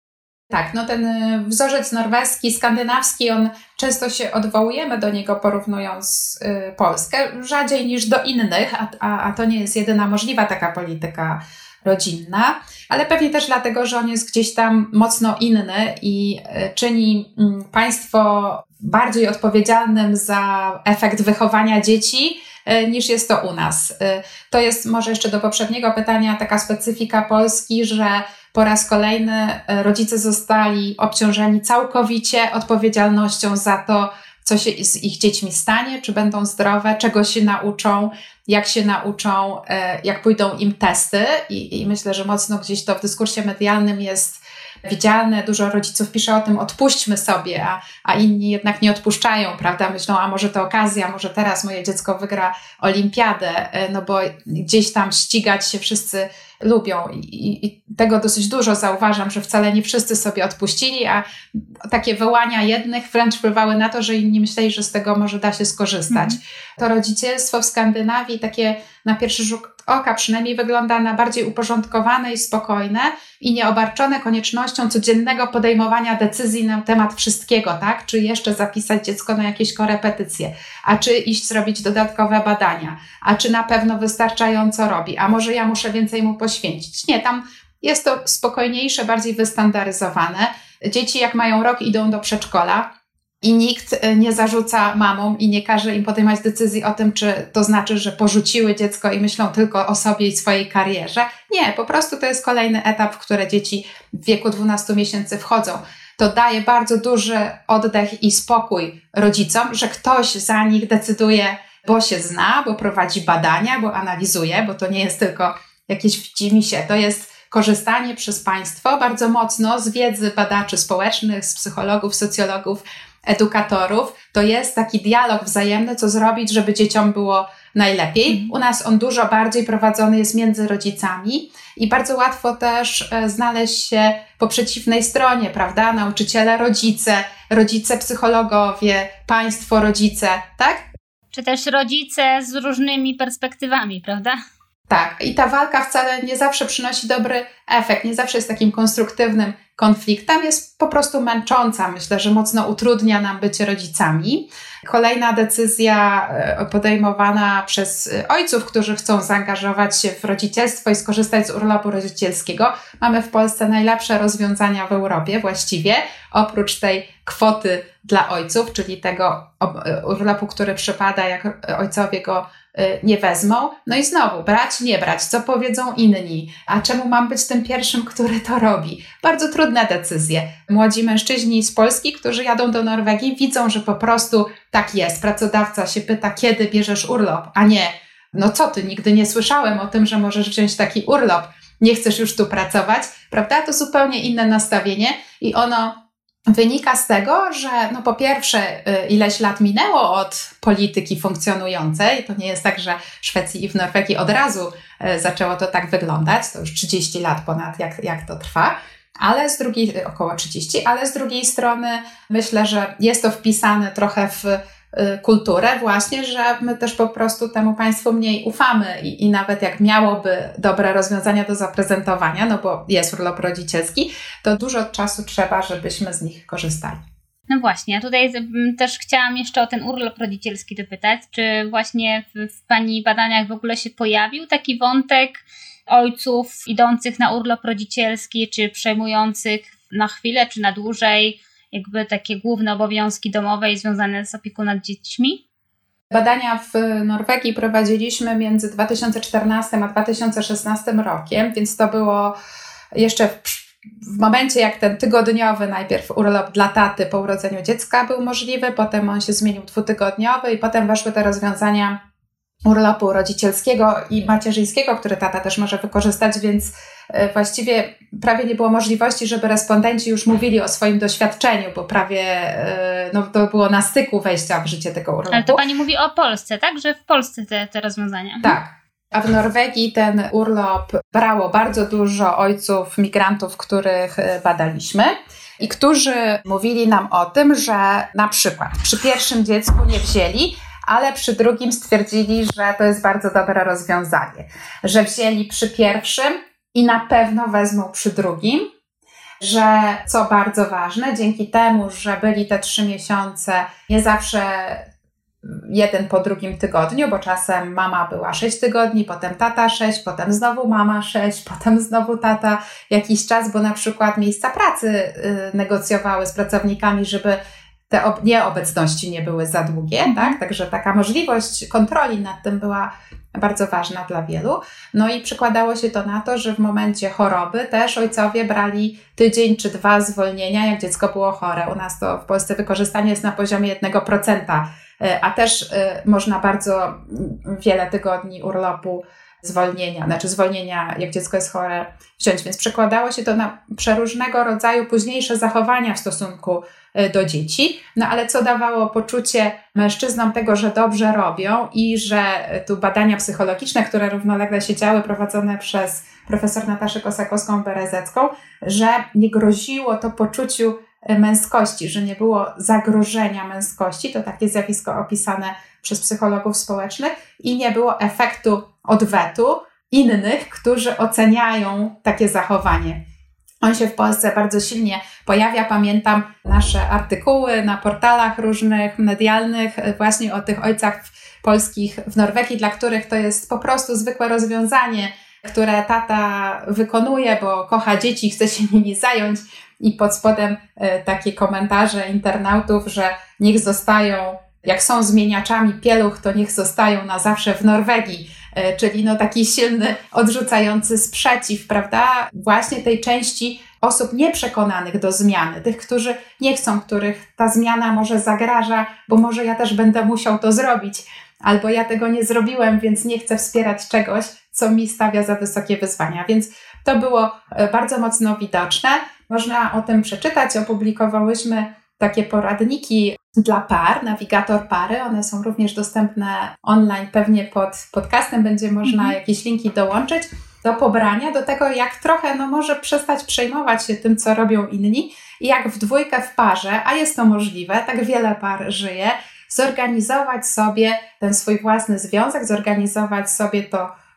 Tak, no ten wzorzec norweski, skandynawski, on często się odwołujemy do niego porównując y, Polskę, rzadziej niż do innych, a, a, a to nie jest jedyna możliwa taka polityka rodzinna, ale pewnie też dlatego, że on jest gdzieś tam mocno inny i y, czyni y, państwo bardziej odpowiedzialnym za efekt wychowania dzieci, y, niż jest to u nas. Y, to jest może jeszcze do poprzedniego pytania taka specyfika Polski, że po raz kolejny rodzice zostali obciążeni całkowicie odpowiedzialnością za to, co się z ich dziećmi stanie, czy będą zdrowe, czego się nauczą, jak się nauczą, jak pójdą im testy. I, i myślę, że mocno gdzieś to w dyskursie medialnym jest widzialne. Dużo rodziców pisze o tym, odpuśćmy sobie, a, a inni jednak nie odpuszczają, prawda? Myślą, a może to okazja, może teraz moje dziecko wygra olimpiadę, no bo gdzieś tam ścigać się wszyscy lubią i, i tego dosyć dużo zauważam, że wcale nie wszyscy sobie odpuścili, a takie wołania jednych wręcz wpływały na to, że inni myśleli, że z tego może da się skorzystać. Mm. To rodzicielstwo w Skandynawii takie na pierwszy rzut oka przynajmniej wygląda na bardziej uporządkowane i spokojne i nieobarczone koniecznością codziennego podejmowania decyzji na temat wszystkiego, tak? Czy jeszcze zapisać dziecko na jakieś korepetycje, a czy iść zrobić dodatkowe badania, a czy na pewno wystarczająco robi, a może ja muszę więcej mu poświęcić. Nie, tam jest to spokojniejsze, bardziej wystandaryzowane. Dzieci jak mają rok, idą do przedszkola i nikt nie zarzuca mamom i nie każe im podejmować decyzji o tym, czy to znaczy, że porzuciły dziecko i myślą tylko o sobie i swojej karierze. Nie, po prostu to jest kolejny etap, w który dzieci w wieku dwunastu miesięcy wchodzą. To daje bardzo duży oddech i spokój rodzicom, że ktoś za nich decyduje, bo się zna, bo prowadzi badania, bo analizuje, bo to nie jest tylko jakieś wdzimisię, to jest korzystanie przez państwo bardzo mocno z wiedzy badaczy społecznych, z psychologów, socjologów, edukatorów. To jest taki dialog wzajemny, co zrobić, żeby dzieciom było najlepiej. U nas on dużo bardziej prowadzony jest między rodzicami i bardzo łatwo też znaleźć się po przeciwnej stronie, prawda? Nauczyciele, rodzice, rodzice, psychologowie, państwo, rodzice, tak? Czy też rodzice z różnymi perspektywami, prawda? Tak, i ta walka wcale nie zawsze przynosi dobry efekt, nie zawsze jest takim konstruktywnym konfliktem, jest po prostu męcząca. Myślę, że mocno utrudnia nam bycie rodzicami. Kolejna decyzja podejmowana przez ojców, którzy chcą zaangażować się w rodzicielstwo i skorzystać z urlopu rodzicielskiego. Mamy w Polsce najlepsze rozwiązania w Europie właściwie, oprócz tej kwoty dla ojców, czyli tego urlopu, który przypada, jak ojcowie go nie wezmą. No i znowu, brać, nie brać, co powiedzą inni, a czemu mam być tym pierwszym, który to robi? Bardzo trudne decyzje. Młodzi mężczyźni z Polski, którzy jadą do Norwegii, widzą, że po prostu tak jest. Pracodawca się pyta, kiedy bierzesz urlop, a nie, no co ty, nigdy nie słyszałem o tym, że możesz wziąć taki urlop, nie chcesz już tu pracować, prawda? To zupełnie inne nastawienie i ono wynika z tego, że no po pierwsze ileś lat minęło od polityki funkcjonującej. To nie jest tak, że w Szwecji i w Norwegii od razu zaczęło to tak wyglądać. To już trzydzieści lat ponad jak, jak to trwa. Ale z drugiej, około trzydzieści, ale z drugiej strony myślę, że jest to wpisane trochę w kulturę właśnie, że my też po prostu temu państwu mniej ufamy i, i nawet jak miałoby dobre rozwiązania do zaprezentowania, no bo jest urlop rodzicielski, to dużo czasu trzeba, żebyśmy z nich korzystali. No właśnie, ja tutaj też chciałam jeszcze o ten urlop rodzicielski dopytać, czy właśnie w, w Pani badaniach w ogóle się pojawił taki wątek ojców idących na urlop rodzicielski, czy przejmujących na chwilę, czy na dłużej jakby takie główne obowiązki domowe i związane z opieką nad dziećmi? Badania w Norwegii prowadziliśmy między dwa tysiące czternastym a dwa tysiące szesnastym rokiem, więc to było jeszcze w, w momencie, jak ten tygodniowy najpierw urlop dla taty po urodzeniu dziecka był możliwy, potem on się zmienił dwutygodniowy i potem weszły te rozwiązania urlopu rodzicielskiego i macierzyńskiego, który tata też może wykorzystać, więc właściwie prawie nie było możliwości, żeby respondenci już mówili o swoim doświadczeniu, bo prawie no, to było na styku wejścia w życie tego urlopu. Ale to Pani mówi o Polsce, tak? Że w Polsce te, te rozwiązania. Tak. A w Norwegii ten urlop brało bardzo dużo ojców, migrantów, których badaliśmy i którzy mówili nam o tym, że na przykład przy pierwszym dziecku nie wzięli, ale przy drugim stwierdzili, że to jest bardzo dobre rozwiązanie, że wzięli przy pierwszym i na pewno wezmą przy drugim, że co bardzo ważne, dzięki temu, że byli te trzy miesiące nie zawsze jeden po drugim tygodniu, bo czasem mama była sześć tygodni, potem tata sześć, potem znowu mama sześć, potem znowu tata jakiś czas, bo na przykład miejsca pracy negocjowały z pracownikami, żeby te ob- nieobecności nie były za długie, tak? Także taka możliwość kontroli nad tym była bardzo ważna dla wielu. No i przekładało się to na to, że w momencie choroby też ojcowie brali tydzień czy dwa zwolnienia, jak dziecko było chore. U nas to w Polsce wykorzystanie jest na poziomie jednego procenta, a też można bardzo wiele tygodni urlopu zwolnienia, znaczy zwolnienia, jak dziecko jest chore, wziąć. Więc przekładało się to na przeróżnego rodzaju późniejsze zachowania w stosunku do dzieci. No ale co dawało poczucie mężczyznom tego, że dobrze robią i że tu badania psychologiczne, które równolegle się działy, prowadzone przez profesor Nataszę Kosakowską-Berezecką, że nie groziło to poczuciu męskości, że nie było zagrożenia męskości, to takie zjawisko opisane przez psychologów społecznych i nie było efektu odwetu innych, którzy oceniają takie zachowanie. On się w Polsce bardzo silnie pojawia. Pamiętam nasze artykuły na portalach różnych medialnych właśnie o tych ojcach polskich w Norwegii, dla których to jest po prostu zwykłe rozwiązanie, które tata wykonuje, bo kocha dzieci, chce się nimi zająć i pod spodem takie komentarze internautów, że niech zostają, jak są zmieniaczami pieluch, to niech zostają na zawsze w Norwegii. Czyli no taki silny, odrzucający sprzeciw, prawda? Właśnie tej części osób nieprzekonanych do zmiany, tych, którzy nie chcą, których ta zmiana może zagraża, bo może ja też będę musiał to zrobić, albo ja tego nie zrobiłem, więc nie chcę wspierać czegoś, co mi stawia za wysokie wyzwania. Więc to było bardzo mocno widoczne. Można o tym przeczytać. Opublikowałyśmy takie poradniki dla par, nawigator pary. One są również dostępne online. Pewnie pod podcastem będzie można mm-hmm. jakieś linki dołączyć do pobrania, do tego, jak trochę no może przestać przejmować się tym, co robią inni i jak w dwójkę w parze, a jest to możliwe, tak wiele par żyje, zorganizować sobie ten swój własny związek, zorganizować sobie to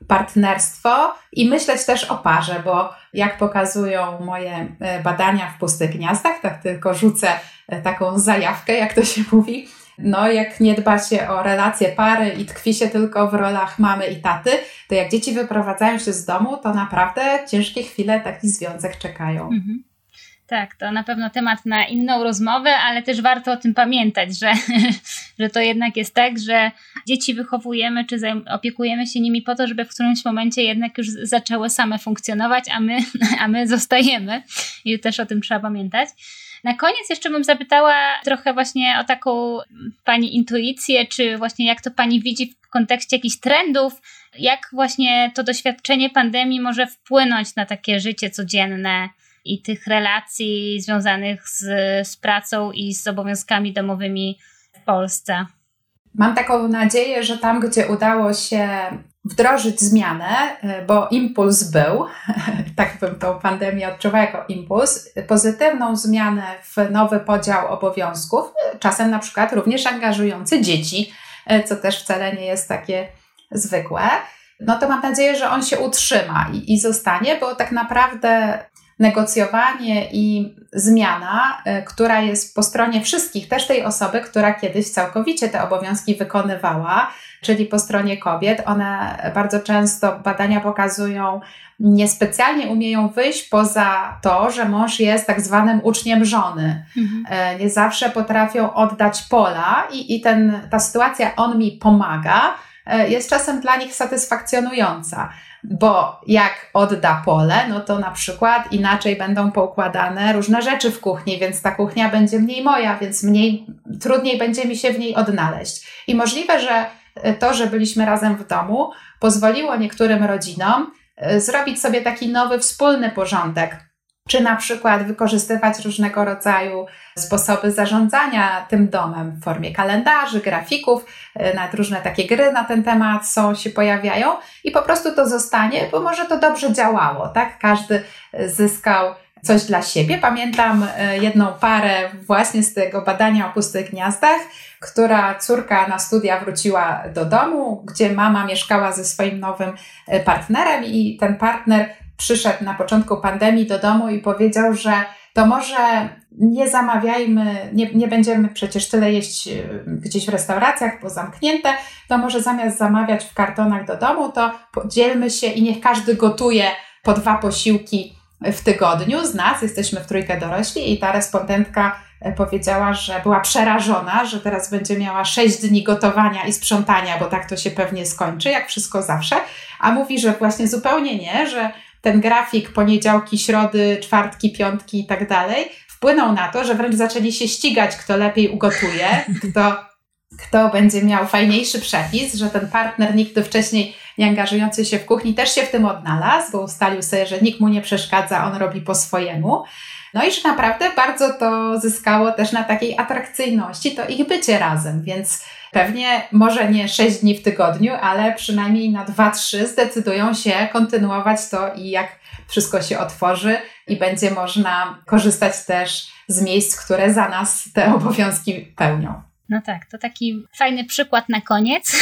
partnerstwo i myśleć też o parze, bo jak pokazują moje badania w Pustych Gniazdach, tak tylko rzucę taką zajawkę, jak to się mówi, no jak nie dba się o relacje pary i tkwi się tylko w rolach mamy i taty, to jak dzieci wyprowadzają się z domu, to naprawdę ciężkie chwile taki związek czekają. Mhm. Tak, to na pewno temat na inną rozmowę, ale też warto o tym pamiętać, że, że to jednak jest tak, że dzieci wychowujemy czy opiekujemy się nimi po to, żeby w którymś momencie jednak już zaczęły same funkcjonować, a my, a my zostajemy i też o tym trzeba pamiętać. Na koniec jeszcze bym zapytała trochę właśnie o taką Pani intuicję, czy właśnie jak to Pani widzi w kontekście jakichś trendów, jak właśnie to doświadczenie pandemii może wpłynąć na takie życie codzienne i tych relacji związanych z, z pracą i z obowiązkami domowymi w Polsce. Mam taką nadzieję, że tam, gdzie udało się wdrożyć zmianę, bo impuls był, tak bym tą pandemię odczuwała jako impuls, pozytywną zmianę w nowy podział obowiązków, czasem na przykład również angażujący dzieci, co też wcale nie jest takie zwykłe, no to mam nadzieję, że on się utrzyma i, i zostanie, bo tak naprawdę negocjowanie i zmiana, która jest po stronie wszystkich, też tej osoby, która kiedyś całkowicie te obowiązki wykonywała, czyli po stronie kobiet, one bardzo często, badania pokazują, niespecjalnie umieją wyjść poza to, że mąż jest tak zwanym uczniem żony. Mhm. Nie zawsze potrafią oddać pola i, i ten, ta sytuacja on mi pomaga, jest czasem dla nich satysfakcjonująca. Bo jak odda pole, no to na przykład inaczej będą poukładane różne rzeczy w kuchni, więc ta kuchnia będzie mniej moja, więc mniej, trudniej będzie mi się w niej odnaleźć. I możliwe, że to, że byliśmy razem w domu, pozwoliło niektórym rodzinom zrobić sobie taki nowy, wspólny porządek. Czy na przykład wykorzystywać różnego rodzaju sposoby zarządzania tym domem w formie kalendarzy, grafików, nawet różne takie gry na ten temat są, się pojawiają i po prostu to zostanie, bo może to dobrze działało, tak? Każdy zyskał coś dla siebie. Pamiętam jedną parę właśnie z tego badania o Pustych Gniazdach, która córka na studia wróciła do domu, gdzie mama mieszkała ze swoim nowym partnerem i ten partner przyszedł na początku pandemii do domu i powiedział, że to może nie zamawiajmy, nie, nie będziemy przecież tyle jeść gdzieś w restauracjach, bo zamknięte, to może zamiast zamawiać w kartonach do domu, to podzielmy się i niech każdy gotuje po dwa posiłki w tygodniu z nas, jesteśmy w trójkę dorośli i ta respondentka powiedziała, że była przerażona, że teraz będzie miała sześć dni gotowania i sprzątania, bo tak to się pewnie skończy, jak wszystko zawsze, a mówi, że właśnie zupełnie nie, że ten grafik poniedziałki, środy, czwartki, piątki i tak dalej wpłynął na to, że wręcz zaczęli się ścigać, kto lepiej ugotuje, kto, kto będzie miał fajniejszy przepis, że ten partner nigdy wcześniej nie angażujący się w kuchni też się w tym odnalazł, bo ustalił sobie, że nikt mu nie przeszkadza, on robi po swojemu. No i że naprawdę bardzo to zyskało też na takiej atrakcyjności to ich bycie razem, więc pewnie może nie sześć dni w tygodniu, ale przynajmniej na dwa, trzy zdecydują się kontynuować to i jak wszystko się otworzy i będzie można korzystać też z miejsc, które za nas te obowiązki pełnią. No tak, to taki fajny przykład na koniec,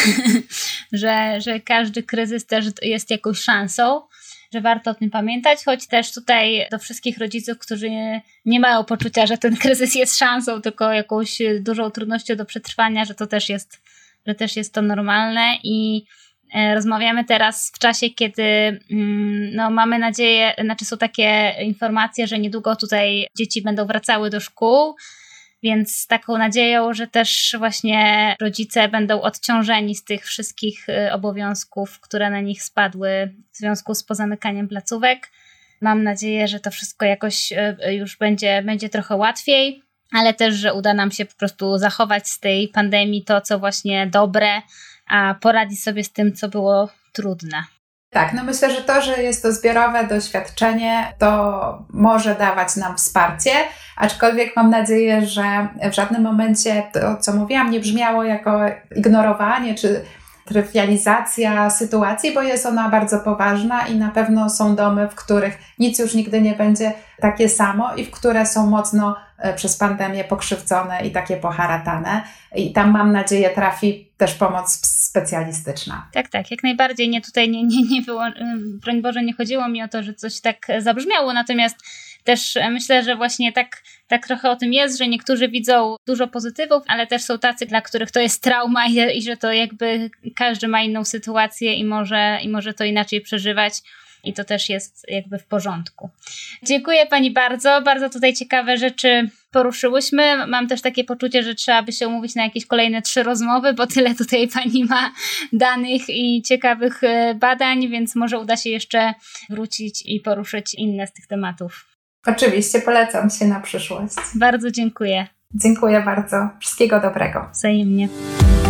że, że każdy kryzys też jest jakąś szansą, że warto o tym pamiętać, choć też tutaj do wszystkich rodziców, którzy nie, nie mają poczucia, że ten kryzys jest szansą, tylko jakąś dużą trudnością do przetrwania, że to też jest, że też jest to normalne i e, rozmawiamy teraz w czasie, kiedy mm, no, mamy nadzieję, znaczy są takie informacje, że niedługo tutaj dzieci będą wracały do szkół, więc z taką nadzieją, że też właśnie rodzice będą odciążeni z tych wszystkich obowiązków, które na nich spadły w związku z pozamykaniem placówek. Mam nadzieję, że to wszystko jakoś już będzie, będzie trochę łatwiej, ale też, że uda nam się po prostu zachować z tej pandemii to, co właśnie dobre, a poradzić sobie z tym, co było trudne. Tak, no myślę, że to, że jest to zbiorowe doświadczenie, to może dawać nam wsparcie, aczkolwiek mam nadzieję, że w żadnym momencie to, co mówiłam, nie brzmiało jako ignorowanie czy trywializacja sytuacji, bo jest ona bardzo poważna i na pewno są domy, w których nic już nigdy nie będzie takie samo i w które są mocno przez pandemię pokrzywdzone i takie poharatane. I tam mam nadzieję trafi też pomoc specjalistyczna. Tak, tak, jak najbardziej. Nie tutaj, nie, nie, nie było, broń Boże, nie chodziło mi o to, że coś tak zabrzmiało, natomiast też myślę, że właśnie tak, tak trochę o tym jest, że niektórzy widzą dużo pozytywów, ale też są tacy, dla których to jest trauma i, i że to jakby każdy ma inną sytuację i może, i może to inaczej przeżywać. I to też jest jakby w porządku. Dziękuję Pani bardzo. Bardzo tutaj ciekawe rzeczy poruszyłyśmy. Mam też takie poczucie, że trzeba by się umówić na jakieś kolejne trzy rozmowy, bo tyle tutaj Pani ma danych i ciekawych badań, więc może uda się jeszcze wrócić i poruszyć inne z tych tematów. Oczywiście, polecam się na przyszłość. Bardzo dziękuję. Dziękuję bardzo. Wszystkiego dobrego. Wzajemnie.